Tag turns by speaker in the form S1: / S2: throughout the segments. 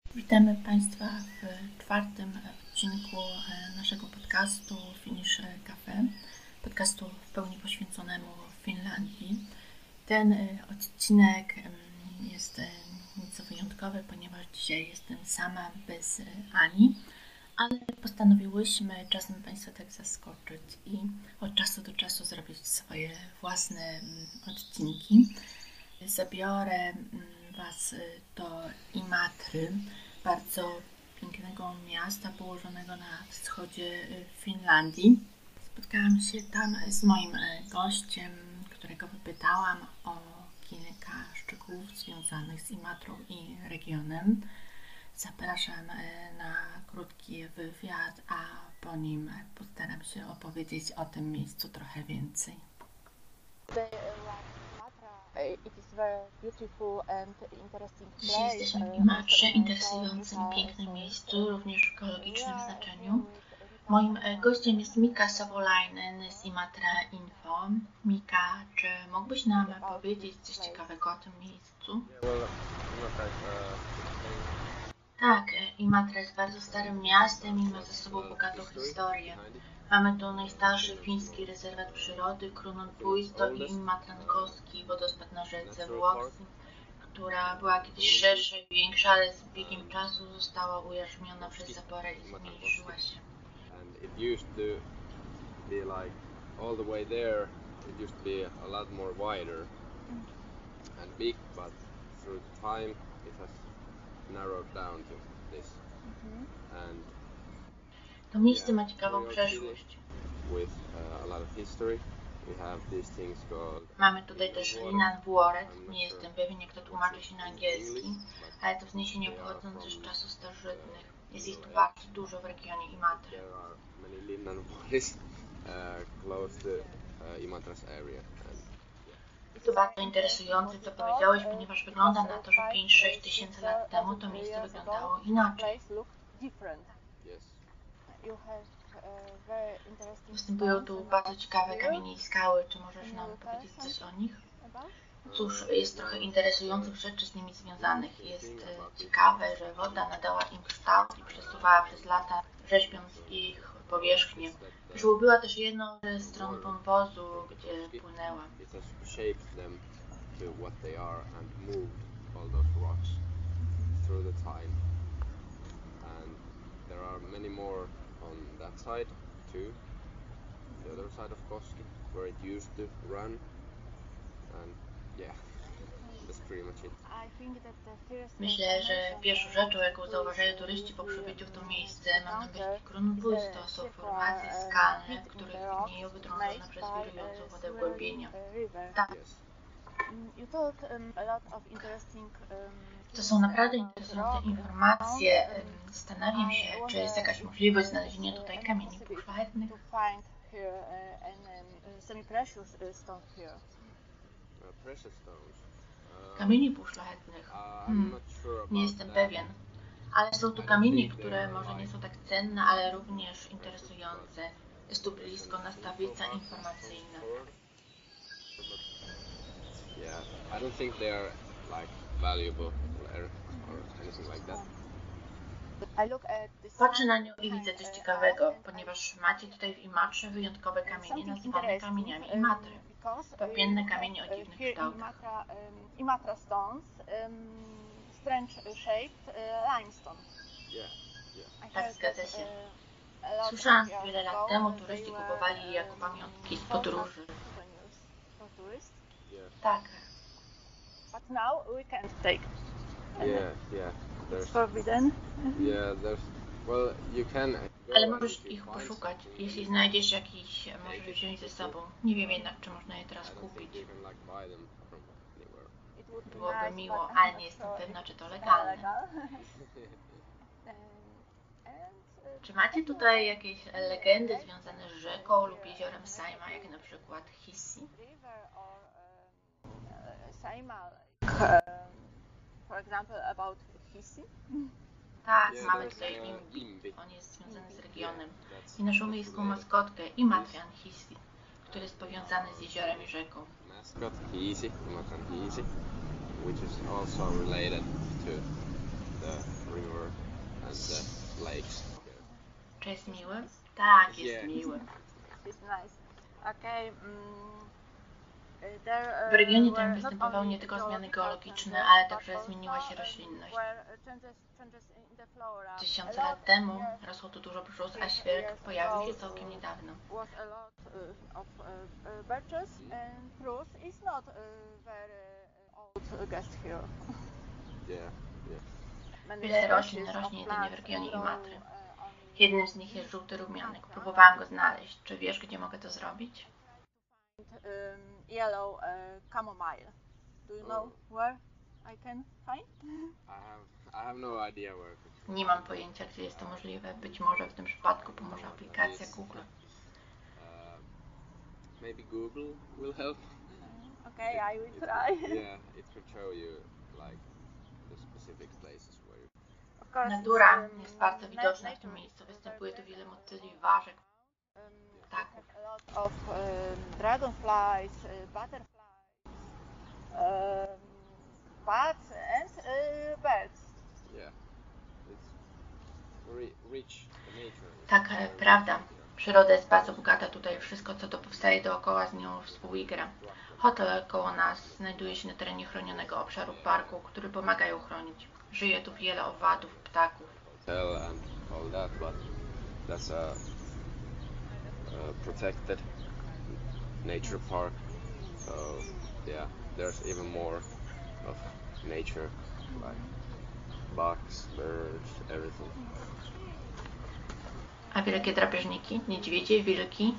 S1: Witamy Państwa w czwartym odcinku naszego podcastu Finnish Cafe, podcastu w pełni poświęconemu Finlandii. Ten odcinek jest nieco wyjątkowy, ponieważ dzisiaj jestem sama bez Ani, ale postanowiłyśmy czasem Państwa tak zaskoczyć i od czasu do czasu zrobić swoje własne odcinki. Zabiorę Was do Imatry, bardzo pięknego miasta położonego na wschodzie Finlandii. Spotkałam się tam z moim gościem, którego wypytałam o kilka szczegółów związanych z Imatrą i regionem. Zapraszam na krótki wywiad, a po nim postaram się opowiedzieć o tym miejscu trochę więcej. Dzisiaj jesteśmy w Imatrze, interesującym, pięknym miejscu, również w ekologicznym znaczeniu. Moim gościem jest Mika Savolainen z Imatra Info. Mika, czy mógłbyś nam powiedzieć coś ciekawego o tym miejscu? Tak, Imatra jest bardzo starym miastem i ma ze sobą bogatą historię. Mamy tu najstarszy fiński rezerwat przyrody, Kruunpuisto i Imatrankoski, wodospad na rzece Vuoksi, która była kiedyś szersza i większa, ale z biegiem czasu została ujarzmiona przez zaporę i zmniejszyła się.
S2: It used to be like all the way there, it used to be a lot more wider and big, but through time it has narrowed down to this. And
S1: to miejsce ma ciekawą przeszłość.
S2: With a lot of history. We have these things called...
S1: Mamy tutaj też Linan Vuoret, nie jestem pewien jak to tłumaczy się na angielski, ale to wzniesienie pochodzące z czasów starożytnych. Jest ich tu bardzo dużo w regionie Imatry.
S2: There are many Linan Vuorets close to Imatra's area.
S1: Jest to bardzo interesujące, co powiedziałeś, ponieważ wygląda na to, że 5-6 tysięcy lat temu to miejsce wyglądało inaczej. Występują tu bardzo ciekawe kamienie i skały. Czy możesz nam powiedzieć coś o nich? Cóż, jest trochę interesujących rzeczy z nimi związanych. Jest ciekawe, że woda nadała im kształt i przesuwała przez lata, rzeźbiąc ich powierzchnię. Żłobiła też jedną ze stron wąwozu, gdzie płynęła.
S2: On that side too, the other side of Koski, where it used to run, and yeah, that's pretty much it.
S1: Myślę, że pierwszą rzeczą, jaką zauważają turyści po przybyciu w to miejsce, mam na myśli Kruunpuisto, są formacje skalne, w których widnieją wydrążone przez wirującą wodę głębienia. Tak. To są naprawdę interesujące informacje. Zastanawiam się, czy jest jakaś możliwość znalezienia tutaj kamieni półszlachetnych. Kamieni półszlachetnych? Nie jestem pewien. Ale są tu kamienie, które może nie są tak cenne, ale również interesujące. Jest tu blisko nas tablica informacyjna.
S2: Yeah, I don't think they are like valuable or anything like that.
S1: Patrzę na nią i widzę coś ciekawego, ponieważ macie tutaj w Imatrze wyjątkowe kamienie nazywane kamieniami Imatry. Wapienne kamienie o dziwnych kształtach.
S3: Imatra stones, strange shaped limestone.
S1: Tak, zgadza się. Słyszałam, że wiele lat temu turyści kupowali je jako pamiątki z podróży. Tak.
S3: But now we can't take.
S2: Yeah.
S3: It's forbidden.
S2: Yeah, well, you can.
S1: Ale możesz ich poszukać. Jeśli znajdziesz jakiś, możesz wziąć ze sobą. Nie wiem jednak, czy można je teraz kupić. Byłoby miło, ale nie jestem pewna, czy to legalne. Czy macie tutaj jakieś legendy związane z rzeką lub jeziorem Saima, jak na przykład Hissi?
S3: For example, about Hissi.
S1: Tak, mamy tutaj Imbi. On jest związany z regionem. I naszą miejską maskotkę Imatran Hissi, który jest powiązany z jeziorem i rzeką.
S2: Mascot Hissi, Imatran Hissi, which is also related to the river
S1: jest miły? Tak, jest
S2: Yeah.
S1: miły.
S3: It's nice. Okay. There,
S1: W regionie
S3: were
S1: tym
S3: not
S1: występowały
S3: only
S1: nie tylko zmiany
S3: geological
S1: geologiczne,
S3: changes,
S1: ale
S3: but
S1: także zmieniła się
S3: also,
S1: roślinność.
S3: were changes in the flora.
S1: Tysiące
S3: A lot
S1: lat temu
S3: years,
S1: rosło tu dużo brzus, a
S3: 50
S1: świerk
S3: years
S1: pojawił się
S3: ago,
S1: całkiem niedawno.
S3: was a lot of birches, and spruce is not very old guest here.
S2: Yeah.
S3: Many
S1: Wiele roślin
S3: species of
S1: rośnie jedynie w
S3: plants
S1: regionie
S3: grow,
S1: Imatry.
S3: only
S1: Jednym z nich jest żółty rumianek. Próbowałam go znaleźć. Czy wiesz, gdzie mogę to zrobić?
S3: yellow chamomile. Do you know where I can find?
S2: I have no idea where.
S1: Nie mam pojęcia, gdzie jest to możliwe. Być może w tym przypadku pomoże aplikacja Google.
S2: Maybe Google will help.
S3: Okay, I will try.
S2: Yeah, it could show you like the specific places where.
S3: Of course,
S1: Natura jest bardzo widoczna w tym miejscu. Występuje tu wiele motyli, ważek, ptaków.
S3: a lot of dragonflies, butterflies, bats and birds.
S2: Yeah, it's rich. The nature.
S1: Tak, prawda. Przyroda jest bardzo bogata tutaj. Wszystko, co to powstaje dookoła, z nią współgra. Hotel koło nas znajduje się na terenie chronionego obszaru parku, który pomaga ją chronić. Żyje tu wiele owadów, ptaków.
S2: Hotel and all that, but that's a protected nature park. So yeah, there's even more of nature, like bugs, birds, everything.
S1: A wielkie drapieżniki, niedźwiedzie, wilki?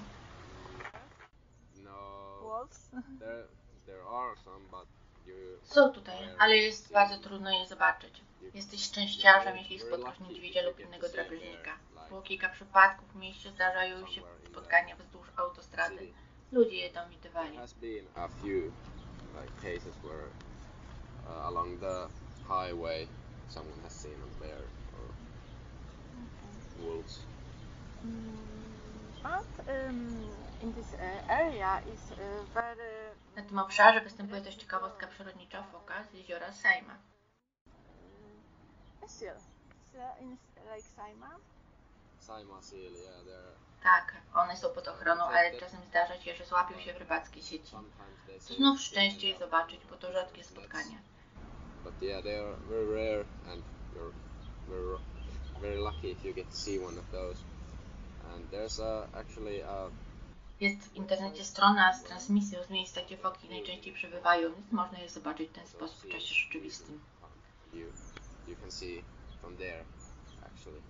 S2: No,
S3: Wolves.
S2: there are some, but you.
S1: Są tutaj, ale jest bardzo trudno je zobaczyć. Jesteś szczęściarzem, jeśli spotkasz niedźwiedzia lub innego drapieżnika. Było kilka przypadków w mieście, zdarzają się spotkania wzdłuż autostrady. Ludzie je tam widywali.
S2: There has been a few like cases where along the highway someone has seen a bear or wolves.
S3: But in this area is very
S1: Na tym obszarze występuje też ciekawostka przyrodnicza foka z jeziora Sejma.
S3: seal. In Lake Saima.
S2: Saima seal, yeah, they're
S1: Tak, one są pod ochroną, ale czasem zdarza się, że złapią się w rybackie sieci.
S2: sometimes they
S1: To
S2: say
S1: znów szczęście je zobaczyć, bo to rzadkie spotkanie.
S2: But yeah, they are very rare, and you're very lucky if you get to see one of those. And there's actually a
S1: Jest w internecie strona z transmisją z miejsca, gdzie foki najczęściej przebywają, więc można je zobaczyć w ten sposób w czasie rzeczywistym.
S2: you can see from there actually.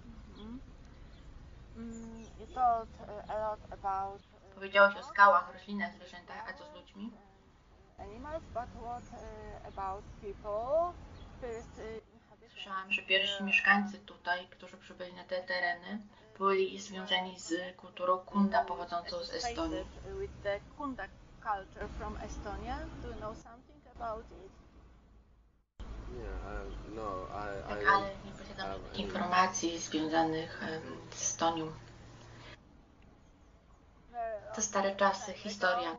S3: You told a lot about
S1: Powiedziałeś o skałach, roślinach, zwierzętach, a co z ludźmi?
S3: animals, but what about people? First inhabitants.
S1: Słyszałam, że pierwsi mieszkańcy tutaj, którzy przybyli na te tereny, byli związani z kulturą Kunda pochodzącą z Estonii.
S3: With the Kunda culture from Estonia. Do you know something about it?
S2: Yeah, no,
S1: Tak,
S2: I
S1: ale nie posiadam informacji związanych z Estonią. To stare czasy, historia.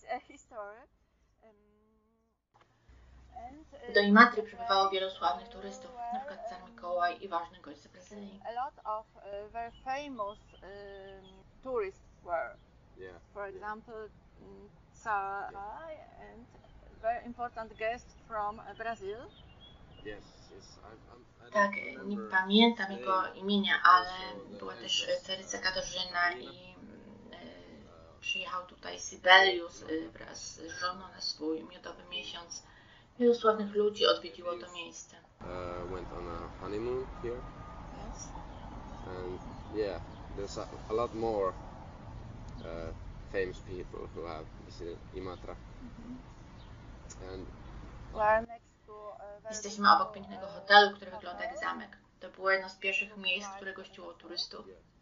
S1: Do Imatry przybywało wielu sławnych turystów, np. car Mikołaj i ważny gość z Brazylii.
S3: A lot of very famous tourists were.
S2: Yeah.
S3: For example, Tsar and very important guest from Brazil.
S2: Yes. I
S1: Tak,
S2: don't
S1: nie
S2: remember
S1: pamiętam
S2: his
S1: jego
S2: name.
S1: imienia, ale
S2: Also
S1: była
S2: the
S1: też
S2: Empress,
S1: Caryca Katarzyna i
S2: Katarzyna.
S1: przyjechał tutaj Sibelius wraz z żoną na swój miodowy miesiąc. Wielu sławnych ludzi odwiedziło to miejsce.
S2: Went on a honeymoon here,
S3: Yes.
S2: and yeah, there's a lot more famous people who have visited Imatra. And
S3: We are next to a very
S1: Jesteśmy obok pięknego hotelu, który wygląda jak zamek. To było jedno z pierwszych miejsc, które gościło turystów.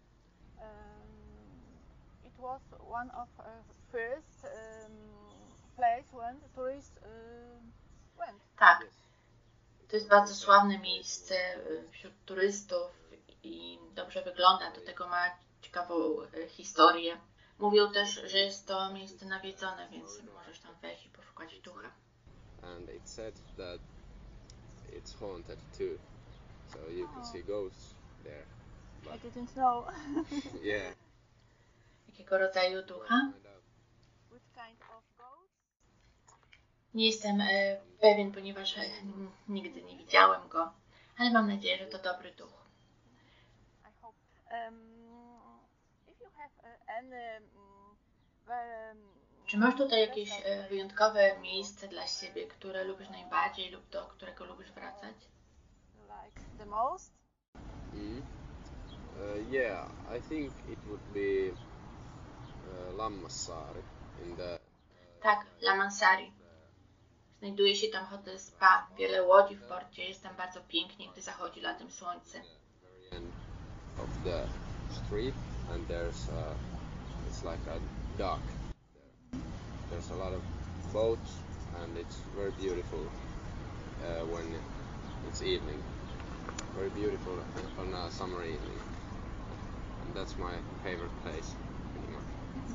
S3: It was one of first place when the tourists went.
S1: Tak,
S2: yes,
S1: to jest bardzo sławne miejsce wśród turystów i dobrze wygląda. Do tego ma ciekawą historię. Mówią też, że jest to miejsce nawiedzone, więc możesz tam wejść i poszukać ducha.
S2: and it said that it's haunted too, so you can see ghosts there.
S3: I didn't know.
S2: Yeah.
S1: Jakiego rodzaju ducha?
S2: Find out.
S3: Which kind of goat?
S1: Nie jestem pewien, ponieważ nigdy nie widziałem go, ale mam nadzieję, że to dobry duch.
S3: I hope. If you have any very,
S1: Czy masz tutaj jakieś
S3: special
S1: wyjątkowe
S3: place
S1: miejsce dla siebie, które lubisz najbardziej lub do którego lubisz wracać?
S3: you like the most?
S2: Mm. Yeah, I think it would be Lammassaari in the
S1: Tak, La Mansari. Znajduje się tam hotel spa, wiele łodzi w porcie, jest tam bardzo pięknie, gdy zachodzi latem słońce.
S2: very end of the street, and it's like a dock there. There's a lot of boats, and it's very beautiful when it's evening. Very beautiful on a summer evening, and that's my favorite place, pretty much.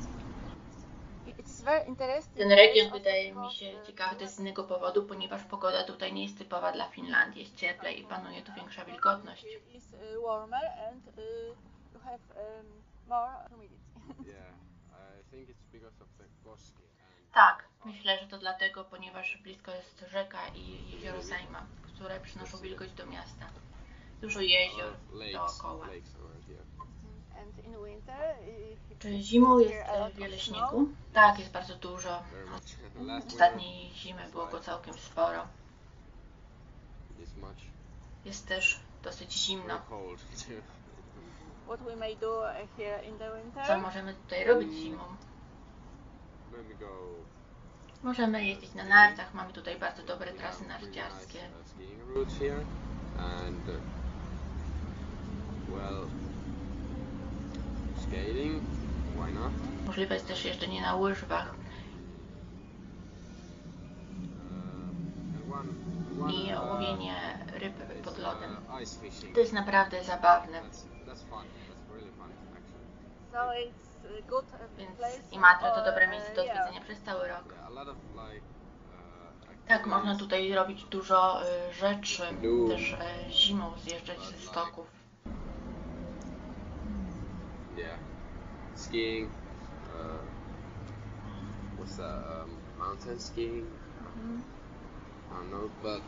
S3: It's very interesting.
S1: Ten region
S3: place
S1: wydaje
S3: also
S1: mi
S3: because,
S1: się ciekawy też z innego powodu, ponieważ pogoda tutaj nie jest typowa dla Finlandii, jest cieplej i panuje tu większa wilgotność.
S3: Is warmer and you have more humidity.
S2: Yeah, I think it's because of the koski and
S1: Tak, myślę, że to dlatego, ponieważ blisko jest rzeka i jezioro Saimaa, które przynoszą wilgoć do miasta. Dużo
S2: a lot
S1: jezior
S2: of lakes
S1: dookoła.
S2: around here.
S3: And in winter,
S1: Czy zimą jest
S3: here a lot
S1: wiele
S3: of
S1: śniegu?
S3: snow.
S1: Tak, jest bardzo dużo.
S2: Very much. Last winter,
S1: Ostatniej zimy było go całkiem sporo.
S2: this much.
S1: Jest też dosyć zimno.
S2: Very cold too.
S3: What we may do here in the
S1: Co
S3: winter?
S1: możemy tutaj robić zimą?
S2: Maybe go.
S1: Możemy jeździć na nartach, mamy tutaj bardzo dobre
S2: We
S1: trasy
S2: have pretty
S1: narciarskie.
S2: nice skiing routes here, and well, skating. Why not?
S1: Możliwe jest też jeżdżenie na łyżwach
S2: And one
S1: i łowienie ryb
S2: is,
S1: pod lodem.
S2: ice fishing.
S1: To jest naprawdę zabawne,
S2: That's fun. That's really fun actually.
S3: So it's a good
S1: więc
S3: place.
S1: Imatra to
S3: for,
S1: dobre miejsce do
S3: yeah.
S1: zwiedzenia przez cały rok.
S2: Yeah, a lot of like.
S1: Tak, można
S2: activities.
S1: tutaj robić dużo rzeczy,
S2: Do.
S1: też zimą zjeżdżać ze stoków.
S2: Yeah, skiing. What's that? Mountain skiing. I don't know, but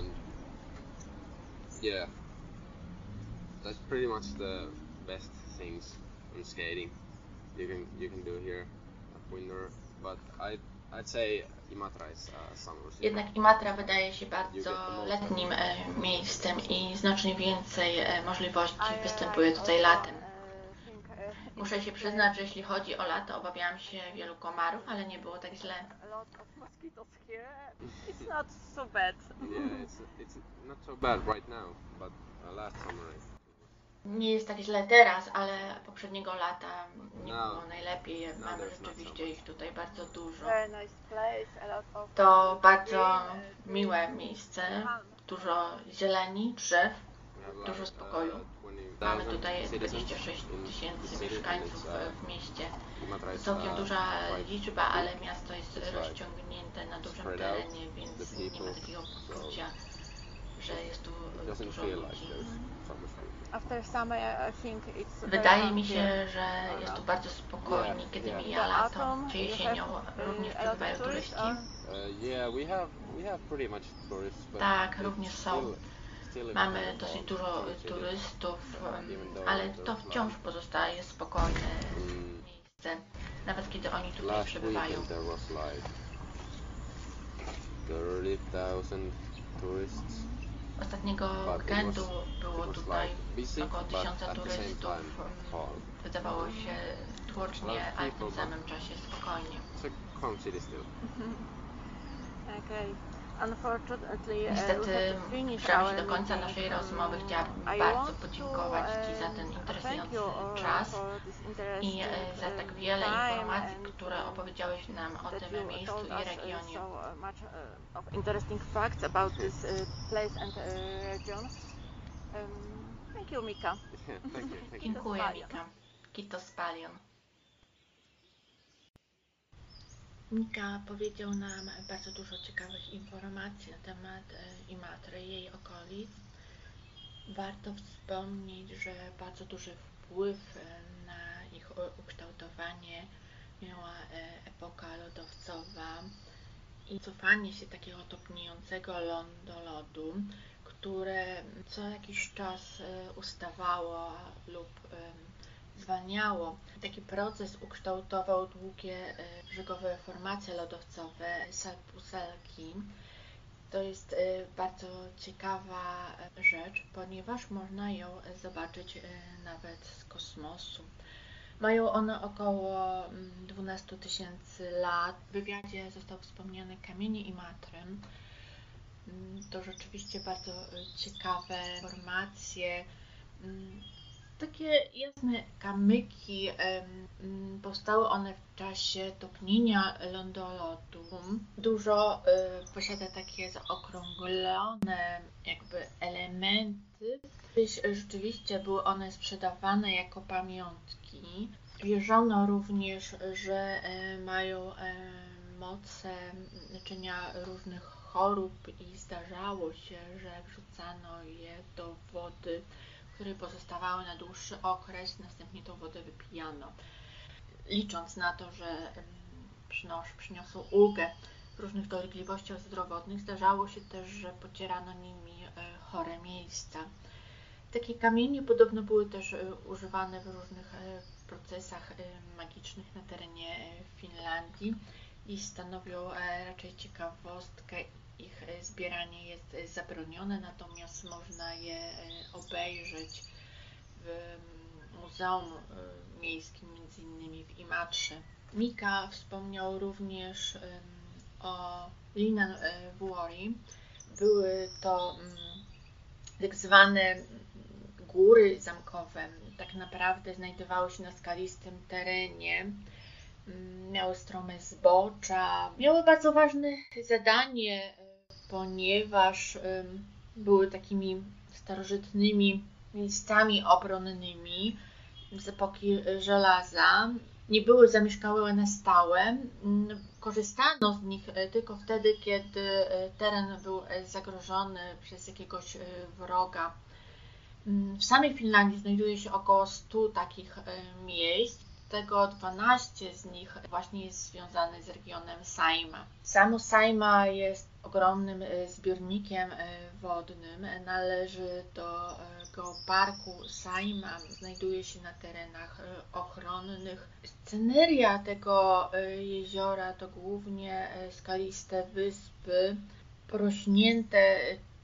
S2: yeah, that's pretty much the best things on skating you can do here at winter. But I'd say Imatra is summer.
S1: Jednak Imatra wydaje się bardzo letnim miejscem i znacznie więcej możliwości występuje tutaj latem. Muszę się przyznać, że jeśli chodzi o lato, obawiałam się wielu komarów, ale nie było tak źle.
S3: A lot of mosquitoes here. It's not so bad.
S2: Yeah, it's not so bad right now, but last summer
S1: Nie jest tak źle teraz, ale poprzedniego lata nie
S2: No.
S1: było najlepiej.
S2: No,
S1: Mamy
S2: there's not so
S1: rzeczywiście
S2: much.
S1: ich tutaj bardzo dużo.
S3: Very nice place. A lot of
S1: To bardzo
S3: green,
S1: miłe miejsce, dużo zieleni, drzew.
S2: we have
S1: Dużo
S2: like,
S1: spokoju.
S2: 20,000
S1: Mamy tutaj
S2: citizens
S1: 26
S2: in the
S1: tysięcy
S2: city, and
S1: mieszkańców
S2: it's,
S1: w mieście.
S2: Imatra is,
S1: Całkiem duża
S2: quite
S1: liczba,
S2: big.
S1: ale miasto jest
S2: It's like
S1: rozciągnięte na dużym
S2: spread out,
S1: terenie, więc
S2: the
S1: nie ma
S2: people,
S1: takiego
S2: so
S1: poczucia, że jest tu
S2: it doesn't
S1: dużo
S2: feel like
S1: ludzi.
S2: there's so much people.
S3: After summer, I think it's very
S1: Wydaje
S3: fun
S1: mi
S3: here.
S1: się, że jest tu bardzo spokojnie, kiedy
S2: Yeah.
S1: mija
S3: The
S1: lato,
S3: autumn,
S1: czy
S3: you
S1: jesienią
S3: have,
S1: również
S3: a lot of
S1: przybywają
S3: tourists
S1: turyści.
S2: Yeah, we have pretty much tourists, but
S1: Tak,
S2: it's
S1: również są.
S2: still
S1: Mamy
S2: kind of
S1: dosyć
S2: a
S1: dużo
S2: small city.
S1: turystów,
S2: Even though
S1: ale to
S2: there's
S1: wciąż
S2: like,
S1: pozostaje spokojne
S2: Mm.
S1: miejsce, nawet kiedy oni tutaj
S2: last
S1: przebywają.
S2: weekend there was like 30,000 tourists.
S1: Ostatniego
S2: But it
S1: weekendu
S2: was-
S1: było
S2: it was
S1: tutaj
S2: like busy,
S1: około
S2: but
S1: 1000
S2: at the same
S1: turystów.
S2: time calm.
S1: Wydawało się tłocznie, ale w
S2: people,
S1: tym samym czasie spokojnie.
S2: It's a calm city still.
S3: Okay. Unfortunately, we
S1: Niestety
S3: have to finish
S1: zbliżamy
S3: our
S1: się do końca
S3: meeting.
S1: naszej rozmowy. Chciałabym
S3: I
S1: bardzo
S3: want
S1: podziękować Ci za ten
S3: thank
S1: interesujący
S3: you
S1: czas
S3: for this
S1: i
S3: interesting,
S1: za tak wiele
S3: time
S1: informacji,
S3: and,
S1: które opowiedziałeś nam o
S3: that
S1: tym
S3: you
S1: miejscu
S3: told
S1: i
S3: us
S1: regionie.
S3: so much of interesting facts about this place and region. Thank you, Mika.
S2: Yeah, thank you. Thank you.
S1: Dziękuję,
S3: Spalion.
S1: Mika. Kitos Palion. Mika powiedział nam bardzo dużo ciekawych informacji na temat Imatry i jej okolic. Warto wspomnieć, że bardzo duży wpływ na ich ukształtowanie miała epoka lodowcowa i cofanie się takiego topniejącego lądolodu, które co jakiś czas ustawało lub zwalniało. Taki proces ukształtował długie brzegowe formacje lodowcowe, salpuselki. To jest bardzo ciekawa rzecz, ponieważ można ją zobaczyć nawet z kosmosu. Mają one około 12 000 lat. W wywiadzie został wspomniany kamienie Imatry. To rzeczywiście bardzo ciekawe formacje. Takie jasne kamyki, powstały one w czasie topnienia lądolodu. Dużo posiada takie zaokrąglone jakby elementy. Kiedyś rzeczywiście były one sprzedawane jako pamiątki. Wierzono również, że mają moce leczenia różnych chorób i zdarzało się, że wrzucano je do wody, które pozostawały na dłuższy okres, następnie tą wodę wypijano. Licząc na to, że przyniosą ulgę w różnych dolegliwościach zdrowotnych, zdarzało się też, że pocierano nimi chore miejsca. Takie kamienie podobno były też używane w różnych procesach magicznych na terenie Finlandii i stanowią raczej ciekawostkę. Ich zbieranie jest zabronione, natomiast można je obejrzeć w Muzeum Miejskim, m.in. w Imatrze. Mika wspomniał również o Linnanvuori. Były to tak zwane góry zamkowe. Tak naprawdę znajdowały się na skalistym terenie. Miały strome zbocza. Miały bardzo ważne zadanie, ponieważ były takimi starożytnymi miejscami obronnymi z epoki żelaza. Nie były zamieszkałe na stałe. Korzystano z nich tylko wtedy, kiedy teren był zagrożony przez jakiegoś wroga. W samej Finlandii znajduje się około 100 takich miejsc. Z tego 12 z nich właśnie jest związane z regionem Saimaa. Samo Saimaa jest ogromnym zbiornikiem wodnym. Należy do geoparku Saimaa. Znajduje się na terenach ochronnych. Sceneria tego jeziora to głównie skaliste wyspy porośnięte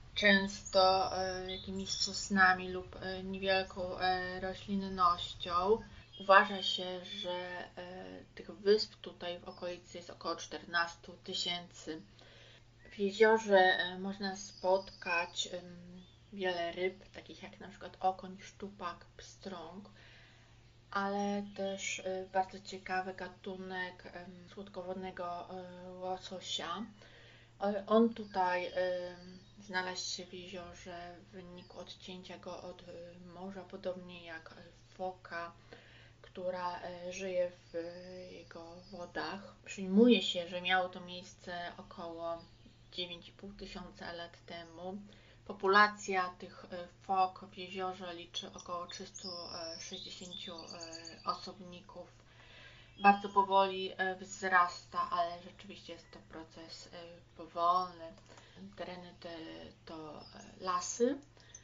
S1: często jakimiś sosnami lub niewielką roślinnością. Uważa się, że tych wysp tutaj w okolicy jest około 14 000. W jeziorze można spotkać wiele ryb, takich jak na przykład okoń, szczupak, pstrąg, ale też bardzo ciekawy gatunek słodkowodnego łososia. On tutaj znalazł się w jeziorze w wyniku odcięcia go od morza, podobnie jak foka, która żyje w jego wodach. Przyjmuje się, że miało to miejsce około 9,5 tysiąca lat temu. Populacja tych fok w jeziorze liczy około 360 osobników. Bardzo powoli wzrasta, ale rzeczywiście jest to proces powolny. Tereny te to lasy.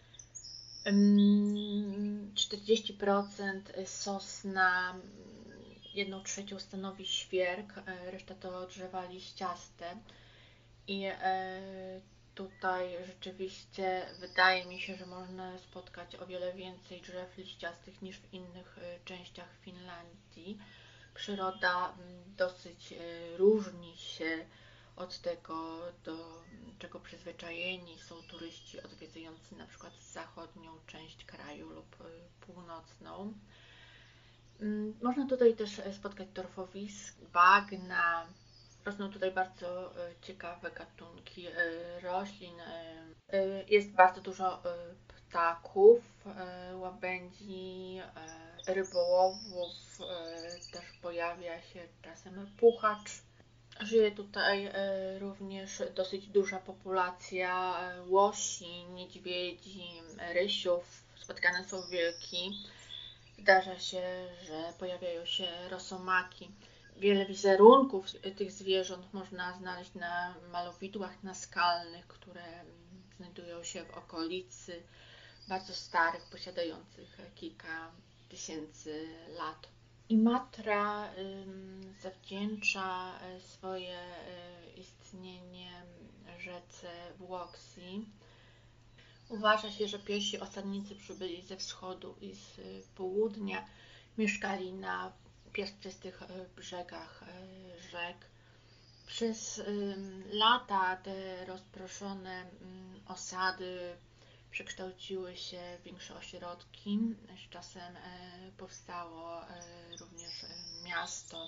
S1: 40% sosna, 1/3 stanowi świerk, reszta to drzewa liściaste. I tutaj rzeczywiście wydaje mi się, że można spotkać o wiele więcej drzew liściastych niż w innych częściach Finlandii. Przyroda dosyć różni się od tego, do czego przyzwyczajeni są turyści odwiedzający na przykład zachodnią część kraju lub północną. Można tutaj też spotkać torfowisk, bagna. Rosną tutaj bardzo ciekawe gatunki roślin. Jest bardzo dużo ptaków, łabędzi, rybołowów. Też pojawia się czasem puchacz. Żyje tutaj również dosyć duża populacja łosi, niedźwiedzi, rysiów. Spotkane są wilki. Zdarza się, że pojawiają się rosomaki. Wiele wizerunków tych zwierząt można znaleźć na malowidłach naskalnych, które znajdują się w okolicy, bardzo starych, posiadających kilka tysięcy lat. Imatra zawdzięcza swoje istnienie rzece Włoxi. Uważa się, że pierwsi osadnicy przybyli ze wschodu i z południa, mieszkali na piaszczystych brzegach rzek. Przez lata te rozproszone osady przekształciły się w większe ośrodki. Z czasem powstało również miasto.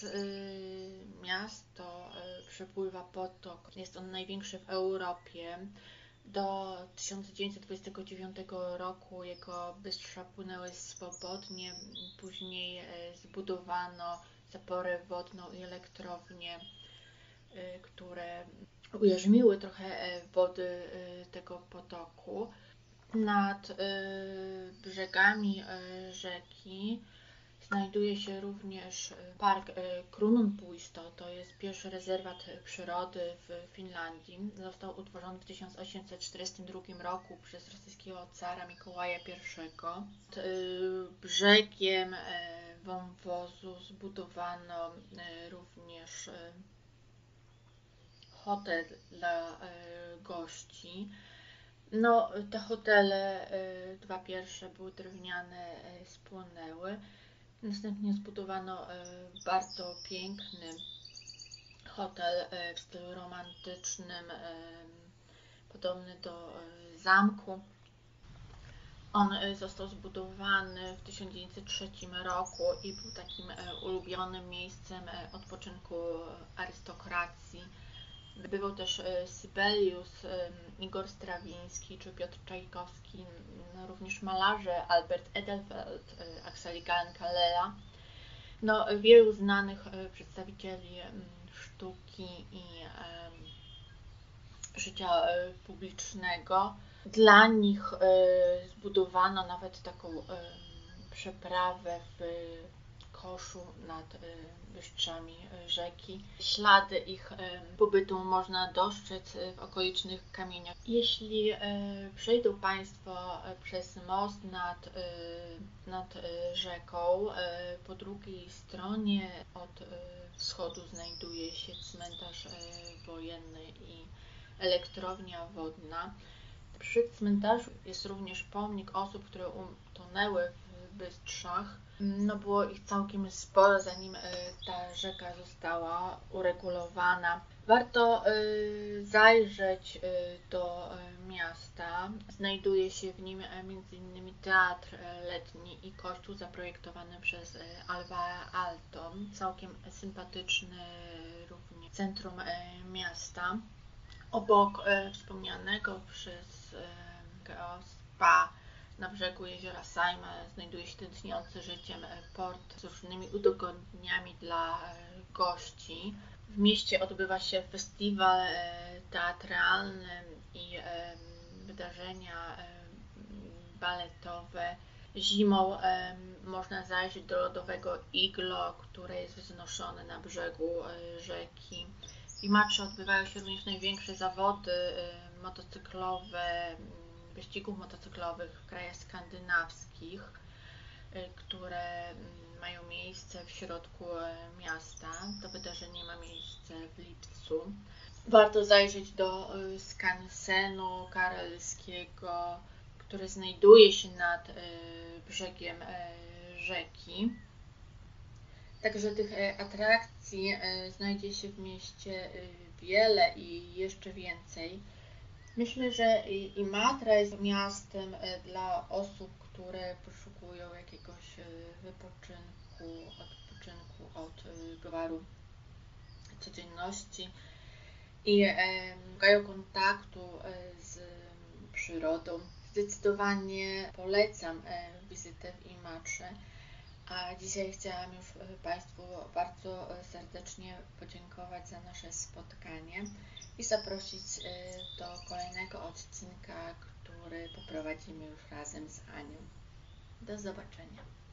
S1: Miasto przepływa potok. Jest on największy w Europie. Do 1929 roku jego bystrza płynęły swobodnie. Później zbudowano zaporę wodną i elektrownię, które ujarzmiły trochę wody tego potoku. Nad brzegami rzeki znajduje się również park Kruunpuisto. To jest pierwszy rezerwat przyrody w Finlandii. Został utworzony w 1842 roku przez rosyjskiego cara Mikołaja I. Nad brzegiem wąwozu zbudowano również hotel dla gości. No, te hotele, dwa pierwsze były drewniane, spłonęły. Następnie zbudowano bardzo piękny hotel w stylu romantycznym, podobny do zamku. On został zbudowany w 1903 roku i był takim ulubionym miejscem odpoczynku arystokracji. Bywał też Sibelius, Igor Strawiński czy Piotr Czajkowski, również malarze Albert Edelfelt, Akseli Gallen-Kallela. No, wielu znanych przedstawicieli sztuki i życia publicznego. Dla nich zbudowano nawet taką przeprawę w koszu nad brzegami rzeki. Ślady ich pobytu można dostrzec w okolicznych kamieniach. Jeśli przejdą Państwo przez most nad rzeką, po drugiej stronie od wschodu znajduje się cmentarz wojenny i elektrownia wodna. Przy cmentarzu jest również pomnik osób, które utonęły w Bystrzach. No, było ich całkiem sporo, zanim ta rzeka została uregulowana. Warto zajrzeć do miasta. Znajduje się w nim m.in. teatr letni i kościół zaprojektowany przez Alvara Aalto. Całkiem sympatyczny również centrum miasta. Obok wspomnianego przez spa na brzegu jeziora Saimaa znajduje się tętniący życiem port z różnymi udogodnieniami dla gości. W mieście odbywa się festiwal teatralny i wydarzenia baletowe. Zimą można zajrzeć do lodowego iglo, które jest wznoszone na brzegu rzeki. W Imatrze odbywają się również największe zawody motocyklowe, wyścigów motocyklowych w krajach skandynawskich, które mają miejsce w środku miasta. To wydarzenie ma miejsce w lipcu. Warto zajrzeć do skansenu karelskiego, który znajduje się nad brzegiem rzeki. Także tych atrakcji znajdzie się w mieście wiele i jeszcze więcej. Myślę, że Imatra jest miastem dla osób, które poszukują jakiegoś odpoczynku od gwaru codzienności i szukają kontaktu z przyrodą. Zdecydowanie polecam wizytę w Imatrze, A dzisiaj chciałam już Państwu bardzo serdecznie podziękować za nasze spotkanie i zaprosić do kolejnego odcinka, który poprowadzimy już razem z Anią. Do zobaczenia.